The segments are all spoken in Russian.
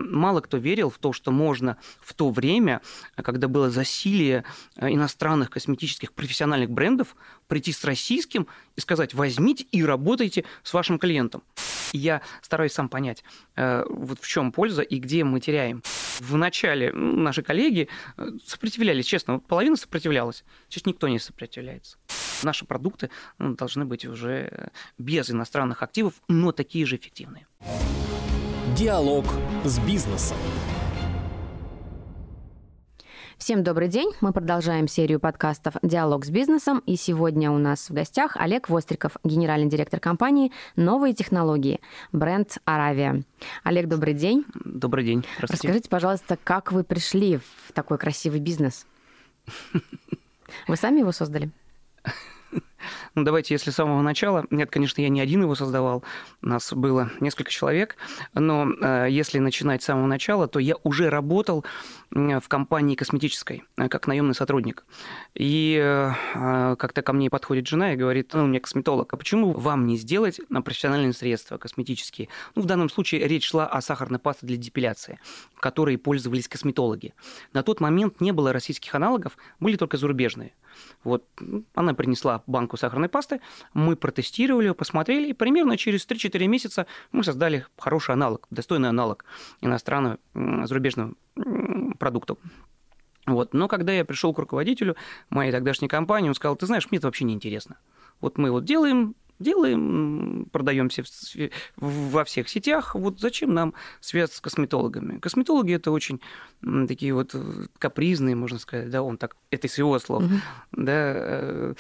мало кто верил в то, что можно в то время, когда было засилие иностранных косметических профессиональных брендов, прийти с российским и сказать: возьмите и работайте с вашим клиентом. Я стараюсь сам понять, вот в чем польза и где мы теряем. Вначале наши коллеги сопротивлялись, честно, половина сопротивлялась, сейчас никто не сопротивляется. Наши продукты должны быть уже без иностранных активов, но такие же эффективные. Диалог с бизнесом. Всем добрый день. Мы продолжаем серию подкастов «Диалог с бизнесом». И сегодня у нас в гостях Олег Востриков, генеральный директор компании «Новые технологии», бренд «Аравия». Олег, добрый день. Добрый день. Здравствуйте. Расскажите, пожалуйста, как вы пришли в такой красивый бизнес? Вы сами его создали? Ну, давайте, если с самого начала. Нет, конечно, я не один его создавал. Нас было несколько человек. Но если начинать с самого начала, то я уже работал в компании косметической, как наемный сотрудник. И как-то ко мне подходит жена и говорит: у меня косметолог, а почему вам не сделать на профессиональные средства косметические? В данном случае речь шла о сахарной пасте для депиляции, которой пользовались косметологи. На тот момент не было российских аналогов, были только зарубежные. Вот, она принесла банку сахарной пасты, мы протестировали ее, посмотрели, и примерно через 3-4 месяца мы создали хороший аналог, достойный аналог иностранного зарубежного продукта. Вот. Но когда я пришел к руководителю моей тогдашней компании, он сказал: ты знаешь, мне это вообще не интересно. Вот мы вот делаем, продаем во всех сетях, вот зачем нам связаться с косметологами? Косметологи – это очень такие вот капризные, можно сказать, да, он так, это из его слов, да,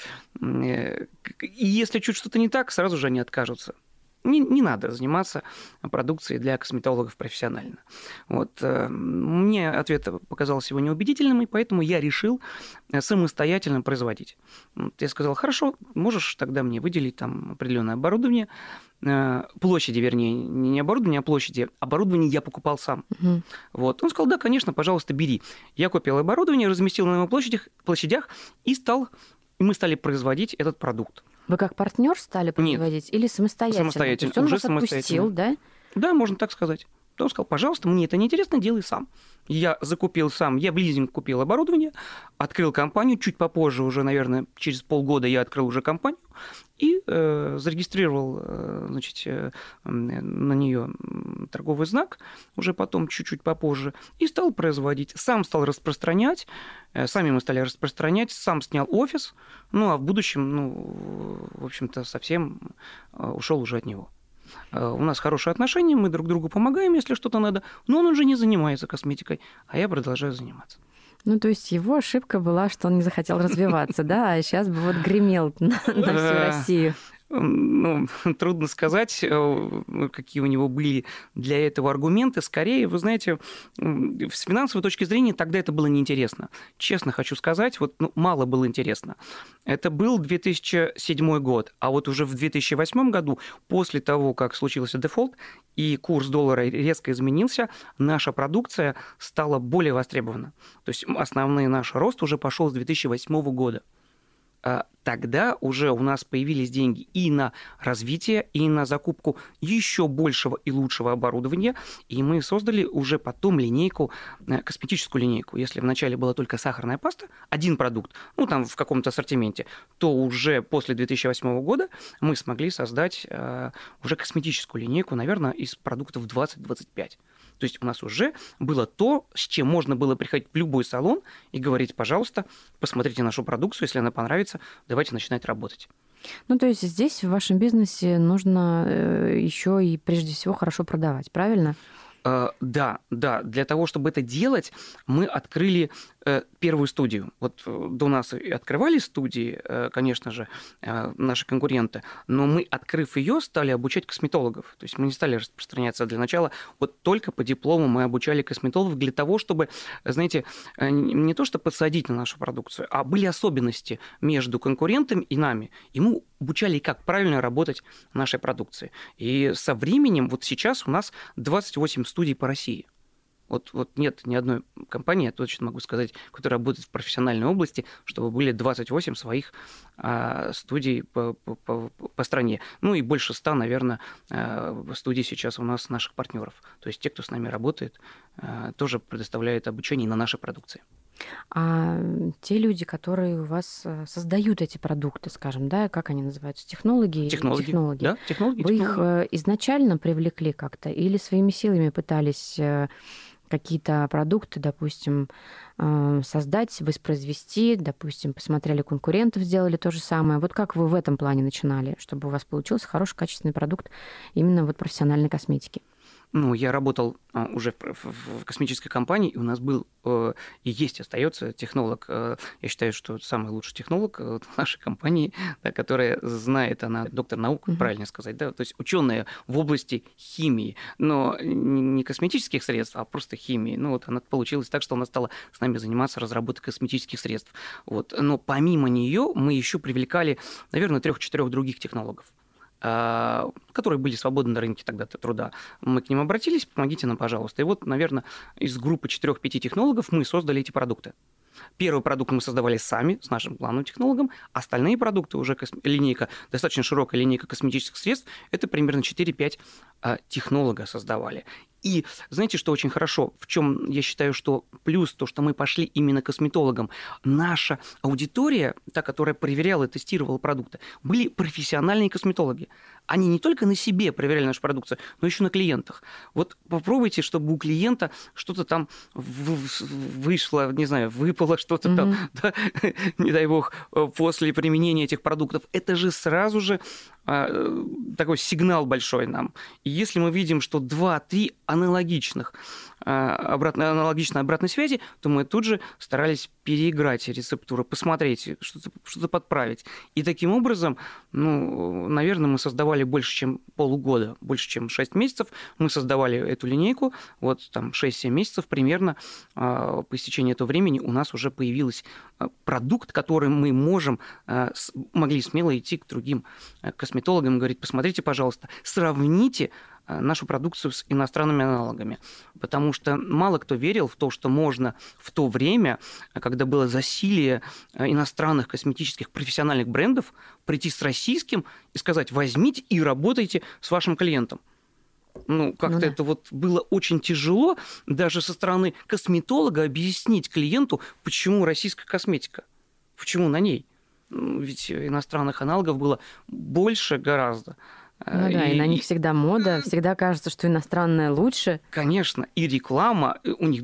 и если чуть что-то не так, сразу же они откажутся. Не надо заниматься продукцией для косметологов профессионально. Вот. Мне ответ показался его неубедительным, и поэтому я решил самостоятельно производить. Вот я сказал: хорошо, можешь тогда мне выделить там определенное оборудование, площади, вернее, не оборудование, а площади. Оборудование я покупал сам. Вот. Он сказал: да, конечно, пожалуйста, бери. Я купил оборудование, разместил на его площадях, и мы стали производить этот продукт. Вы как партнер стали производить? Нет, или самостоятельно? Самостоятельно. То есть он вас отпустил, да? Да, можно так сказать. Он сказал: пожалуйста, мне это неинтересно, делай сам. Я закупил сам, я в лизинг купил оборудование, открыл компанию, чуть попозже, уже, наверное, через полгода я открыл уже компанию и зарегистрировал, значит, на нее торговый знак, уже потом, чуть-чуть попозже, и стал производить. Сам стал распространять, сами мы стали распространять, сам снял офис, ну, а в будущем, в общем-то, совсем ушел уже от него. У нас хорошие отношения, мы друг другу помогаем, если что-то надо, но он уже не занимается косметикой, а я продолжаю заниматься. Ну, то есть его ошибка была, что он не захотел развиваться, да, а сейчас бы вот гремел на всю Россию. Ну, трудно сказать, какие у него были для этого аргументы. Скорее, вы знаете, с финансовой точки зрения тогда это было неинтересно. Честно хочу сказать, вот мало было интересно. Это был 2007 год, а вот уже в 2008 году, после того, как случился дефолт и курс доллара резко изменился, наша продукция стала более востребована. То есть основной наш рост уже пошел с 2008 года. Тогда уже у нас появились деньги и на развитие, и на закупку еще большего и лучшего оборудования, и мы создали уже потом линейку, косметическую линейку. Если вначале была только сахарная паста, один продукт, там в каком-то ассортименте, то уже после 2008 года мы смогли создать уже косметическую линейку, наверное, из продуктов 20-25. То есть у нас уже было то, с чем можно было приходить в любой салон и говорить: пожалуйста, посмотрите нашу продукцию, если она понравится, давайте начинать работать. Ну, то есть здесь в вашем бизнесе нужно еще и прежде всего хорошо продавать, правильно? Да. Для того, чтобы это делать, мы открыли первую студию. Вот до нас открывали студии, конечно же, наши конкуренты, но мы, открыв ее, стали обучать косметологов. То есть мы не стали распространяться для начала. Вот только по диплому мы обучали косметологов для того, чтобы, знаете, не то что подсадить на нашу продукцию, а были особенности между конкурентами и нами. И мы обучали, как правильно работать нашей продукцией. И со временем, вот сейчас у нас 28 студий по России. Вот нет ни одной компании, я точно могу сказать, которая работает в профессиональной области, чтобы были 28 своих студий по стране. Ну и больше 100, наверное, студий сейчас у нас наших партнеров. То есть те, кто с нами работает, тоже предоставляют обучение на нашей продукции. А те люди, которые у вас создают эти продукты, скажем, да, как они называются? Технологи? Технологи. Да, технологи. Вы их изначально привлекли как-то или своими силами пытались какие-то продукты, допустим, создать, воспроизвести, допустим, посмотрели конкурентов, сделали то же самое. Вот как вы в этом плане начинали, чтобы у вас получился хороший, качественный продукт именно вот профессиональной косметики? Ну, я работал уже в космической компании, и у нас был и есть, остается технолог. Я считаю, что самый лучший технолог в нашей компании, да, которая знает, она доктор наук, правильно сказать, да, то есть ученая в области химии, но не косметических средств, а просто химии. Ну, вот она получилось так, что она стала с нами заниматься разработкой косметических средств. Вот. Но помимо нее мы еще привлекали, наверное, 3-4 других технологов, которые были свободны на рынке тогда труда. Мы к ним обратились, помогите нам, пожалуйста. И вот, наверное, из группы 4-5 технологов мы создали эти продукты. Первый продукт мы создавали сами, с нашим главным технологом. Остальные продукты, уже линейка, достаточно широкая линейка косметических средств, это примерно 4-5 технолога создавали. И знаете, что очень хорошо, в чем я считаю, что плюс то, что мы пошли именно к косметологам. Наша аудитория, та, которая проверяла и тестировала продукты, были профессиональные косметологи. Они не только на себе проверяли нашу продукцию, но еще на клиентах. Вот попробуйте, чтобы у клиента что-то там вышло, не знаю, выпало что-то там, да, не дай бог, после применения этих продуктов. Это же сразу же такой сигнал большой нам. И если мы видим, что 2-3 аналогичной обратной связи, то мы тут же старались переиграть рецептуру, посмотреть, что-то подправить. И таким образом, ну, наверное, мы создавали больше, чем полугода, больше, чем 6 месяцев. Мы создавали эту линейку, вот там 6-7 месяцев примерно. По истечении этого времени у нас уже появился продукт, который мы могли смело идти к другим косметологам и говорить: посмотрите, пожалуйста, сравните нашу продукцию с иностранными аналогами. Потому что мало кто верил в то, что можно в то время, когда было засилие иностранных косметических профессиональных брендов, прийти с российским и сказать: возьмите и работайте с вашим клиентом. Ну, как-то это вот было очень тяжело даже со стороны косметолога объяснить клиенту, почему российская косметика, почему на ней. Ведь иностранных аналогов было больше гораздо. Ну да, и на них всегда мода, всегда кажется, что иностранное лучше. Конечно, и реклама,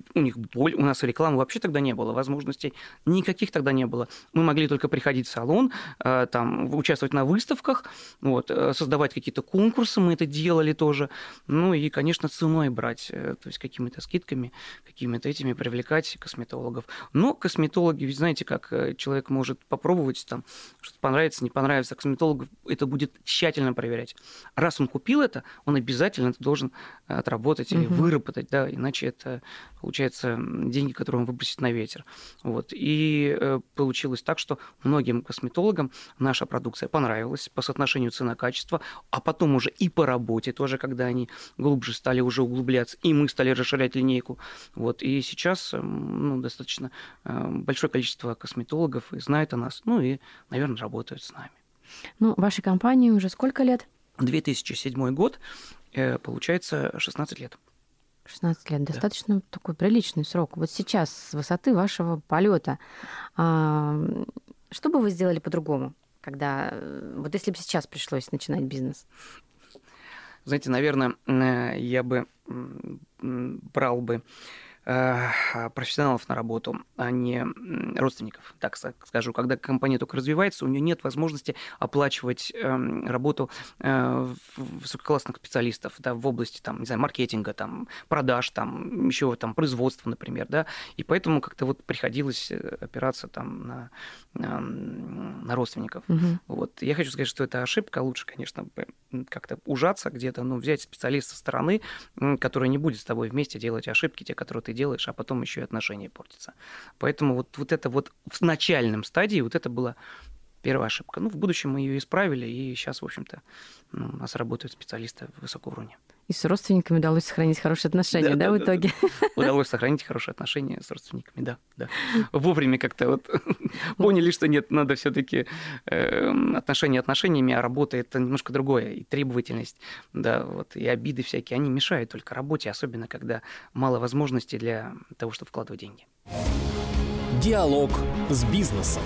у нас рекламы вообще тогда не было, возможностей никаких тогда не было. Мы могли только приходить в салон, там, участвовать на выставках, вот, создавать какие-то конкурсы, мы это делали тоже, ну и, конечно, ценой брать, то есть какими-то скидками, какими-то этими привлекать косметологов. Но косметологи, ведь знаете, как человек может попробовать, там, что-то понравится, не понравится, косметолог это будет тщательно проверять. Раз он купил это, он обязательно это должен отработать или выработать, да, иначе это, получается, деньги, которые он выбросит на ветер. Вот. И получилось так, что многим косметологам наша продукция понравилась по соотношению цена-качество, а потом уже и по работе тоже, когда они глубже стали уже углубляться, и мы стали расширять линейку. Вот. И сейчас достаточно большое количество косметологов знает о нас, ну и, наверное, работают с нами. Ну, вашей компании уже сколько лет? 2007 год, получается, 16 лет. 16 лет, достаточно такой приличный срок. Вот сейчас, с высоты вашего полета, что бы вы сделали по-другому, вот если бы сейчас пришлось начинать бизнес? Знаете, наверное, я бы брал бы профессионалов на работу, а не родственников, так скажу. Когда компания только развивается, у нее нет возможности оплачивать работу высококлассных специалистов, да, в области там, не знаю, маркетинга, там, продаж, там, еще там, производства, например. Да, и поэтому как-то вот приходилось опираться там, на родственников. Вот. Я хочу сказать, что это ошибка. Лучше, конечно, как-то ужаться где-то, взять специалиста со стороны, который не будет с тобой вместе делать ошибки, те, которые ты делаешь, а потом еще и отношения портятся. Поэтому вот это вот в начальном стадии вот это было первая ошибка. В будущем мы ее исправили, и сейчас, в общем-то, у нас работают специалисты высокого уровня. И с родственниками удалось сохранить хорошие отношения, да, в итоге? Удалось сохранить хорошие отношения с родственниками, да. Вовремя как-то поняли, что нет, надо все-таки отношения отношениями, а работа — это немножко другое. И требовательность, и обиды всякие, они мешают только работе, особенно когда мало возможностей для того, чтобы вкладывать деньги. Диалог с бизнесом.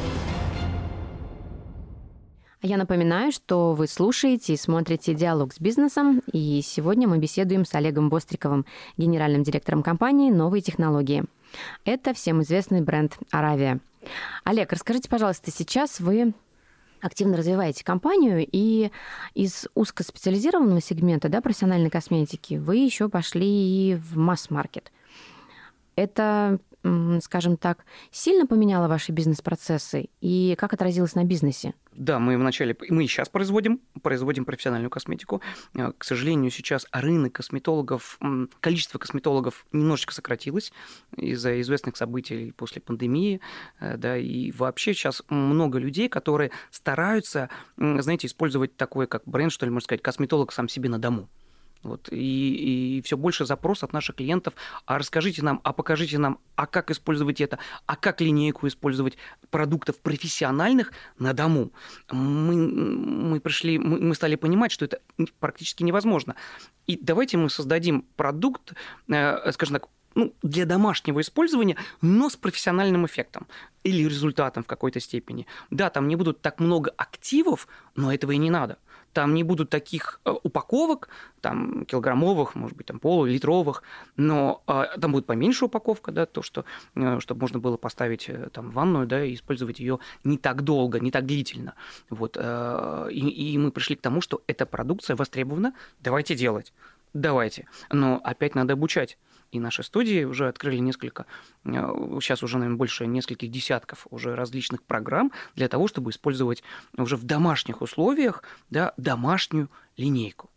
Я напоминаю, что вы слушаете и смотрите «Диалог с бизнесом», и сегодня мы беседуем с Олегом Востриковым, генеральным директором компании «Новые технологии». Это всем известный бренд «Аравия». Олег, расскажите, пожалуйста, сейчас вы активно развиваете компанию, и из узкоспециализированного сегмента, профессиональной косметики, вы еще пошли и в масс-маркет. Это, скажем так, сильно поменяло ваши бизнес-процессы, и как отразилось на бизнесе? Да, мы и сейчас производим профессиональную косметику. К сожалению, сейчас рынок косметологов, количество косметологов немножечко сократилось из-за известных событий после пандемии. И вообще сейчас много людей, которые стараются, использовать такой, как бренд, что ли, можно сказать, косметолог сам себе на дому. И все больше запрос от наших клиентов: а расскажите нам, а покажите нам, а как использовать это, а как линейку использовать продуктов профессиональных на дому. Мы стали понимать, что это практически невозможно. И давайте мы создадим продукт, скажем так, для домашнего использования, но с профессиональным эффектом или результатом в какой-то степени. Да, там не будут так много активов, но этого и не надо. Там не будут таких упаковок, там килограммовых, может быть, там полулитровых, но там будет поменьше упаковка, чтобы можно было поставить там в ванную, и использовать ее не так долго, не так длительно. И мы пришли к тому, что эта продукция востребована, давайте делать. Давайте. Но опять надо обучать. И наши студии уже открыли сейчас уже, наверное, больше нескольких десятков уже различных программ для того, чтобы использовать уже в домашних условиях домашнюю линейку.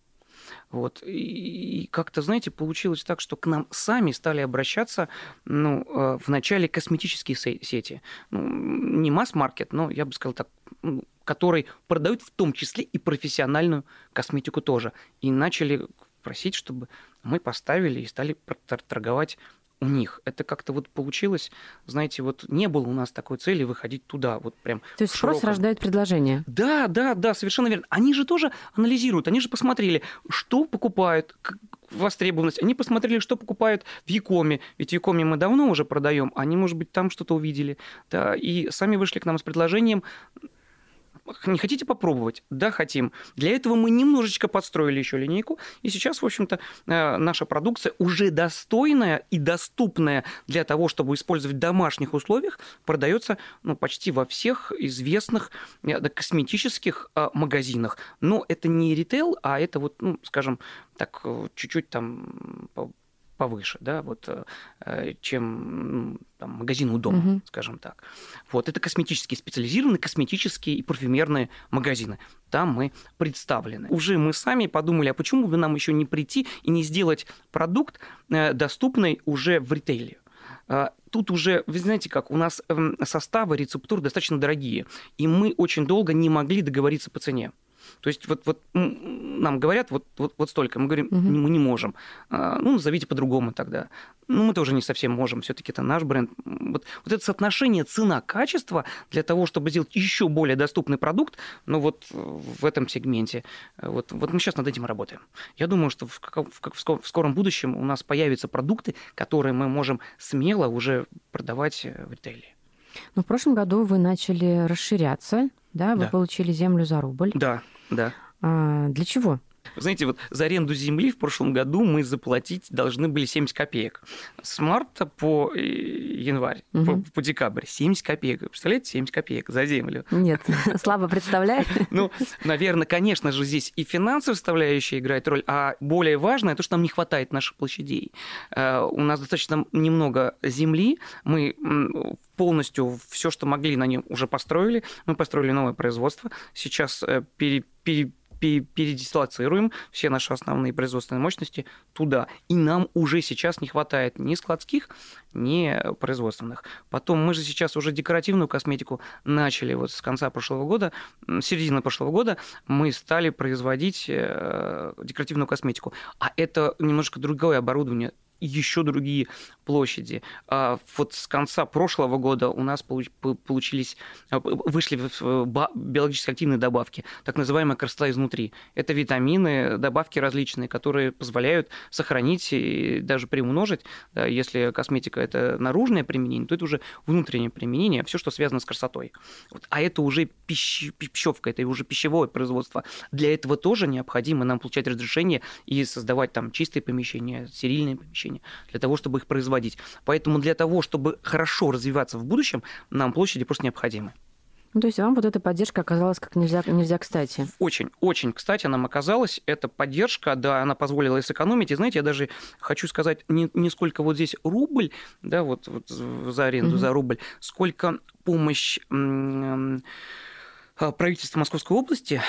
И как-то, получилось так, что к нам сами стали обращаться вначале косметические сети. Не масс-маркет, но, я бы сказал так, которые продают в том числе и профессиональную косметику тоже. И начали просить, чтобы мы поставили и стали торговать у них. Это как-то получилось, не было у нас такой цели выходить туда. Прям то есть спрос рождает предложение? Да, совершенно верно. Они же тоже анализируют, они же посмотрели, что покупают, востребованность. Они посмотрели, что покупают в Якоме. Ведь в Якоме мы давно уже продаем, они, может быть, там что-то увидели. И сами вышли к нам с предложением: не хотите попробовать? Да, хотим. Для этого мы немножечко подстроили еще линейку, и сейчас, в общем-то, наша продукция уже достойная и доступная для того, чтобы использовать в домашних условиях, продается почти во всех известных косметических магазинах. Но это не ритейл, а это скажем так, чуть-чуть там повыше, чем магазин у дома, скажем так. Это косметические, специализированные косметические и парфюмерные магазины. Там мы представлены. Уже мы сами подумали, а почему бы нам еще не прийти и не сделать продукт доступный уже в ритейле? Тут уже, вы знаете как, у нас составы, рецептуры достаточно дорогие, и мы очень долго не могли договориться по цене. То есть нам говорят вот столько, мы говорим, мы не можем. Назовите по-другому тогда. Мы тоже не совсем можем, все-таки это наш бренд. Вот это соотношение цена-качество для того, чтобы сделать еще более доступный продукт, в этом сегменте. Мы сейчас над этим работаем. Я думаю, что в скором будущем у нас появятся продукты, которые мы можем смело уже продавать в ритейле. В прошлом году вы начали расширяться, вы получили землю за рубль. Да. Для чего? Вы знаете, за аренду земли в прошлом году мы заплатить должны были 70 копеек. С марта по январь, по декабрь 70 копеек. Вы представляете, 70 копеек за землю? Нет, слабо представляю. Наверное, конечно же, здесь и финансовая составляющая играет роль, а более важное то, что нам не хватает наших площадей. У нас достаточно немного земли, мы полностью все, что могли, на нем уже построили. Мы построили новое производство. Сейчас передислоцируем все наши основные производственные мощности туда. И нам уже сейчас не хватает ни складских, ни производственных. Потом мы же сейчас уже декоративную косметику начали вот с конца прошлого года, с середины прошлого года мы стали производить декоративную косметику. А это немножко другое оборудование, еще другие площади. Вот с конца прошлого года у нас вышли биологически активные добавки, так называемая красота изнутри. Это витамины, добавки различные, которые позволяют сохранить и даже приумножить. Да, если косметика – это наружное применение, то это уже внутреннее применение, все, что связано с красотой. Вот. А это уже пищевка, это уже пищевое производство. Для этого тоже необходимо нам получать разрешение и создавать там чистые помещения, стерильные помещения, для того, чтобы их производить. Поэтому для того, чтобы хорошо развиваться в будущем, нам площади просто необходимы. Ну, то есть вам вот эта поддержка оказалась как нельзя кстати. Очень кстати нам оказалась эта поддержка, да, она позволила и сэкономить. И знаете, я даже хочу сказать, не сколько вот здесь рубль, да, вот за аренду, за рубль, сколько помощь правительства Московской области,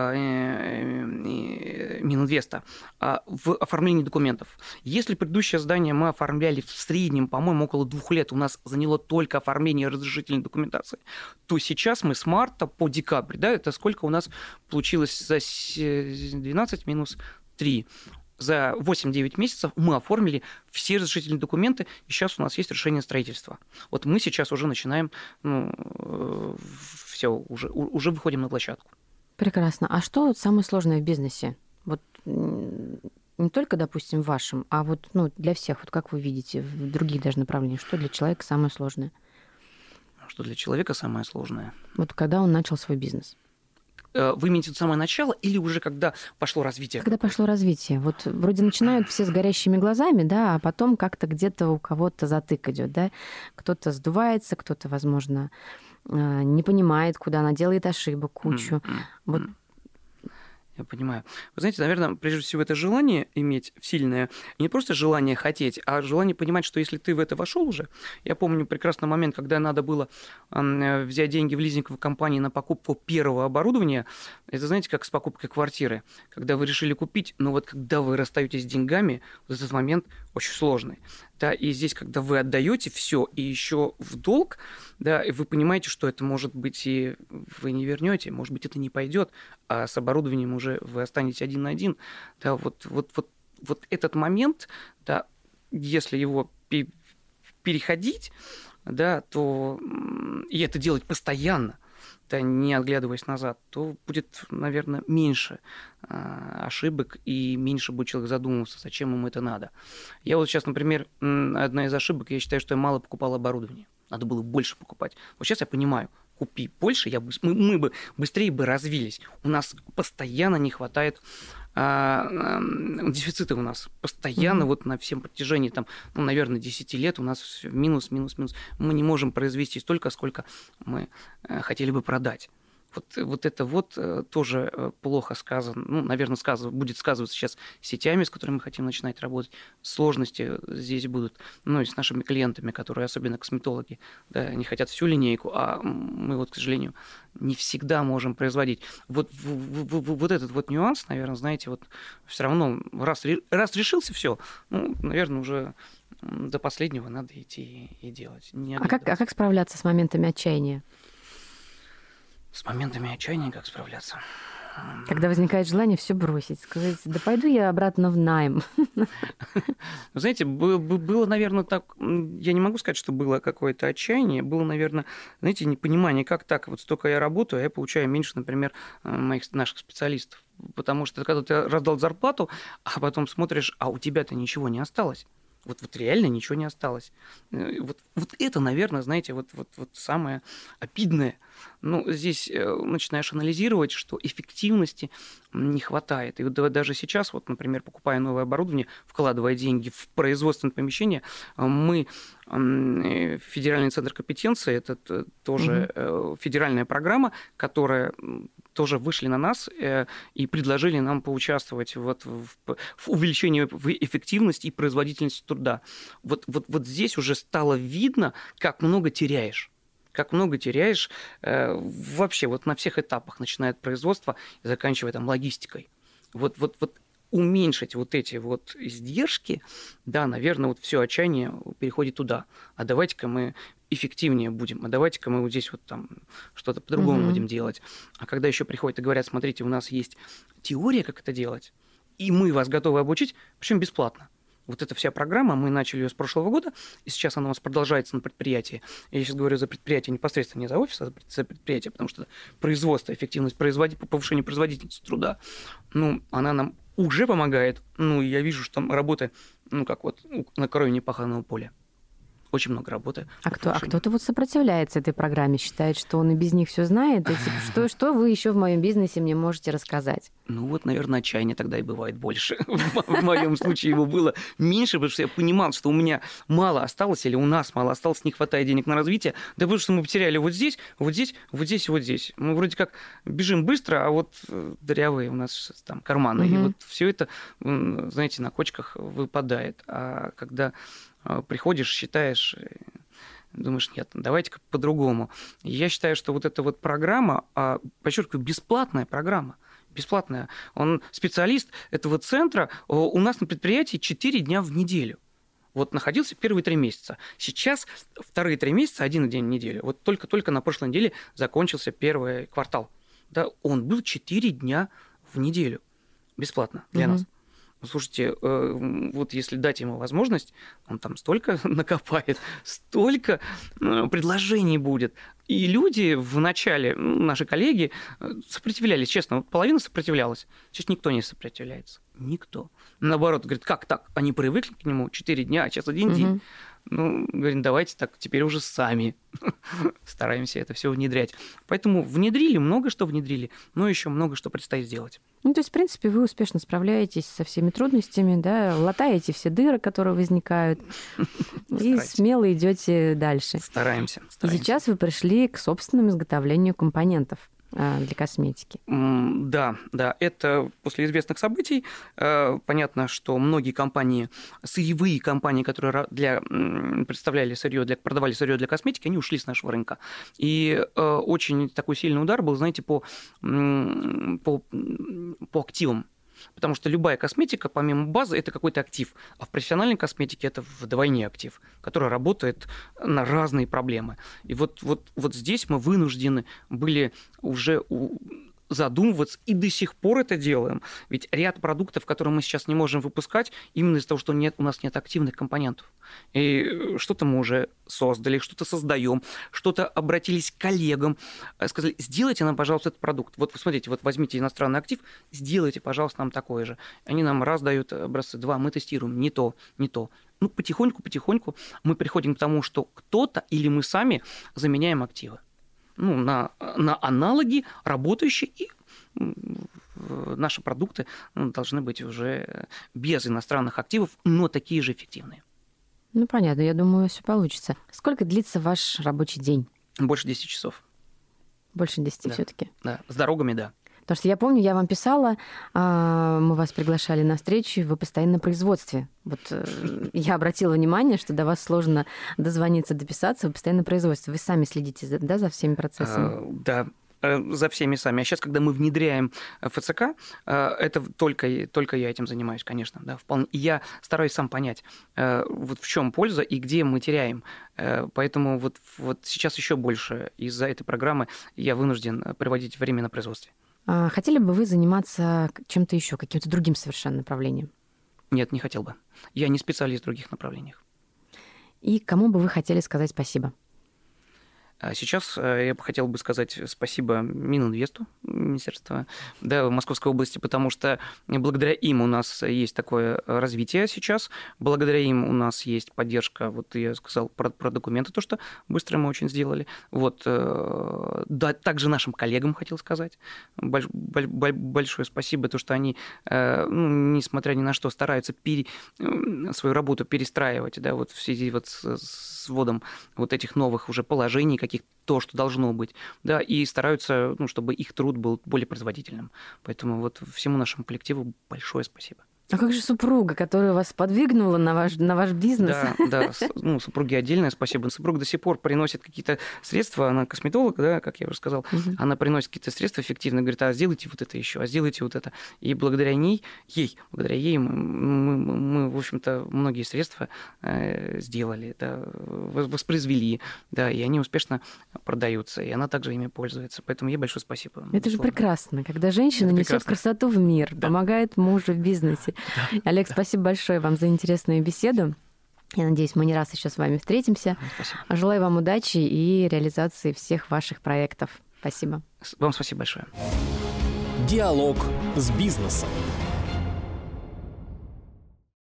Мининвеста, в оформлении документов. Если предыдущее здание мы оформляли в среднем, по-моему, около 2 лет, у нас заняло только оформление разрешительной документации, то сейчас мы с марта по декабрь, да, это сколько у нас получилось за 12 минус 3. За 8-9 месяцев мы оформили все разрешительные документы, и сейчас у нас есть решение строительства. Вот мы сейчас уже начинаем, все, уже выходим на площадку. Прекрасно. А что вот самое сложное в бизнесе? Вот не только, допустим, в вашем, а вот для всех, вот как вы видите, в других даже направлениях, что для человека самое сложное? Что для человека самое сложное? Вот когда он начал свой бизнес. Вы имеете в виду самое начало или уже когда пошло развитие? Когда пошло развитие. Вот вроде начинают все с горящими глазами, да, а потом как-то где-то у кого-то затык идет, да. Кто-то сдувается, кто-то, возможно, не понимает, куда она делает ошибок, кучу. Вот. Я понимаю. Вы знаете, наверное, прежде всего это желание иметь сильное, не просто желание хотеть, а желание понимать, что если ты в это вошел уже, я помню прекрасный момент, когда надо было взять деньги в лизинговой компании на покупку первого оборудования, это, знаете, как с покупкой квартиры, когда вы решили купить, но вот когда вы расстаетесь с деньгами, вот этот момент очень сложный. Да, и здесь, когда вы отдаете все и еще в долг, да, и вы понимаете, что это может быть и вы не вернете, может быть, это не пойдет, а с оборудованием уже вы останетесь один на один. Да, вот этот момент, да, если его переходить, да, то и это делать постоянно, да, не оглядываясь назад, то будет, наверное, меньше ошибок и меньше будет человек задумываться, зачем ему это надо. Я вот сейчас, например, одна из ошибок, я считаю, что я мало покупал оборудование. Надо было больше покупать. Вот сейчас я понимаю, купи больше, мы бы быстрее бы развились. У нас постоянно не хватает дефициты у нас постоянно вот на всем протяжении, там, наверное, 10 лет у нас минус. Мы не можем произвести столько, сколько мы хотели бы продать. Вот это вот тоже плохо сказано. Наверное, будет сказываться сейчас сетями, с которыми мы хотим начинать работать. Сложности здесь будут. И с нашими клиентами, которые, особенно косметологи, да, они хотят всю линейку, а мы вот, к сожалению, не всегда можем производить. Вот этот вот нюанс, наверное, знаете, вот все равно, раз решился все, наверное, уже до последнего надо идти и делать. А как справляться с моментами отчаяния? С моментами отчаяния как справляться? Когда возникает желание все бросить, сказать, да пойду я обратно в найм. Вы знаете, было, наверное, так, я не могу сказать, что было какое-то отчаяние, было, наверное, знаете, непонимание, как так, вот столько я работаю, а я получаю меньше, например, наших специалистов. Потому что когда ты раздал зарплату, а потом смотришь, а у тебя-то ничего не осталось. Вот реально ничего не осталось. Вот это, наверное, знаете, вот самое обидное. Здесь начинаешь анализировать, что эффективности не хватает. И вот даже сейчас, вот, например, покупая новое оборудование, вкладывая деньги в производственное помещение, мы федеральный центр компетенции, это тоже федеральная программа, которая тоже вышли на нас и предложили нам поучаствовать в увеличении эффективности и производительности труда. Вот здесь уже стало видно, как много теряешь. как много теряешь вообще вот на всех этапах, начиная от производства и заканчивая там логистикой. Вот уменьшить вот эти вот издержки, да, наверное, вот все отчаяние переходит туда. А давайте-ка мы эффективнее будем, а давайте-ка мы вот здесь вот там что-то по-другому будем делать. А когда еще приходят и говорят, смотрите, у нас есть теория, как это делать, и мы вас готовы обучить, причем бесплатно. Вот эта вся программа, мы начали ее с прошлого года, и сейчас она у нас продолжается на предприятии. Я сейчас говорю за предприятие непосредственно, не за офис, а за предприятие, потому что производство, эффективность, повышение производительности труда, она нам уже помогает. Я вижу, что там работа, как вот на корове непаханного поля. Очень много работы. А кто-то вот сопротивляется этой программе, считает, что он и без них все знает. И типа, что вы еще в моем бизнесе мне можете рассказать? Наверное, отчаяния тогда и бывает больше. В моем случае его было меньше, потому что я понимал, что у меня мало осталось, или у нас мало осталось, не хватает денег на развитие. Да потому что мы потеряли вот здесь, вот здесь, вот здесь и вот здесь. Мы вроде как бежим быстро, а вот дырявые у нас там карманы. И вот все это, знаете, на кочках выпадает. А когда приходишь, считаешь, думаешь, нет, давайте-ка по-другому. Я считаю, что вот эта вот программа, подчеркиваю, бесплатная программа, бесплатная. Он специалист этого центра у нас на предприятии 4 дня в неделю. Вот находился первые 3 месяца. Сейчас вторые 3 месяца, 1 день в неделю. Вот только на прошлой неделе закончился первый квартал. Да, он был 4 дня в неделю. Бесплатно для нас. Слушайте, вот если дать ему возможность, он там столько накопает, столько предложений будет. И люди в начале, наши коллеги, сопротивлялись, честно, половина сопротивлялась. Сейчас никто не сопротивляется. Никто. Наоборот, говорит, как так? Они привыкли к нему 4 дня, а сейчас 1 день. Говорим, давайте так, теперь уже сами стараемся это все внедрять. Поэтому внедрили, много что внедрили, но еще много что предстоит сделать. То есть, в принципе, вы успешно справляетесь со всеми трудностями, да, латаете все дыры, которые возникают, и смело идете дальше. Стараемся. И сейчас вы пришли к собственному изготовлению компонентов для косметики. Да, это после известных событий. Понятно, что многие компании, сырьевые компании, которые представляли сырье, продавали сырье для косметики, они ушли с нашего рынка. И очень такой сильный удар был, знаете, по активам. Потому что любая косметика, помимо базы, это какой-то актив. А в профессиональной косметике это вдвойне актив, который работает на разные проблемы. И вот здесь мы вынуждены были уже задумываться, и до сих пор это делаем. Ведь ряд продуктов, которые мы сейчас не можем выпускать, именно из-за того, что у нас нет активных компонентов. И что-то мы уже создали, что-то создаем, что-то обратились к коллегам, сказали, сделайте нам, пожалуйста, этот продукт. Вот вы смотрите, вот возьмите иностранный актив, сделайте, пожалуйста, нам такое же. Они нам раз дают образцы, 2, мы тестируем, не то. Потихоньку мы приходим к тому, что кто-то или мы сами заменяем активы. На аналоги работающие, и наши продукты должны быть уже без иностранных активов, но такие же эффективные. Понятно, я думаю, все получится. Сколько длится ваш рабочий день? Больше 10 часов. Больше 10 все-таки? Да, с дорогами, да. Потому что я помню, я вам писала, мы вас приглашали на встречу, вы постоянно на производстве. Вот я обратила внимание, что до вас сложно дозвониться, дописаться, вы постоянно на производстве. Вы сами следите, да, за всеми процессами? Да, за всеми сами. А сейчас, когда мы внедряем ФЦК, это только я этим занимаюсь, конечно. Да, вполне. И я стараюсь сам понять, вот в чем польза и где мы теряем. Поэтому вот сейчас еще больше из-за этой программы я вынужден проводить время на производстве. Хотели бы вы заниматься чем-то еще, каким-то другим совершенно направлением? Нет, не хотел бы. Я не специалист в других направлениях. И кому бы вы хотели сказать спасибо? Сейчас я бы хотел сказать спасибо Мининвесту, Министерству Московской области, потому что благодаря им у нас есть такое развитие сейчас, благодаря им у нас есть поддержка, вот я сказал про документы, то, что быстро мы очень сделали. Да, также нашим коллегам хотел сказать большое спасибо, то, что они, несмотря ни на что, стараются свою работу перестраивать, да, вот в связи с вводом вот этих новых уже положений, то, что должно быть, да, и стараются, чтобы их труд был более производительным. Поэтому всему нашему коллективу большое спасибо. А как же супруга, которая вас подвигнула на ваш бизнес? Да, супруге отдельное спасибо. Супруга до сих пор приносит какие-то средства, она косметолог, да, как я уже сказал, она приносит какие-то средства эффективно, говорит, а сделайте вот это еще, а сделайте вот это. И благодаря ей мы в общем-то, многие средства сделали, да, воспроизвели, да, и они успешно продаются, и она также ими пользуется. Поэтому ей большое спасибо. Это же прекрасно, когда женщина несет красоту в мир, помогает мужу в бизнесе. Да. Олег, спасибо большое вам за интересную беседу. Я надеюсь, мы не раз еще с вами встретимся. Спасибо. Желаю вам удачи и реализации всех ваших проектов. Спасибо. Вам спасибо большое. Диалог с бизнесом.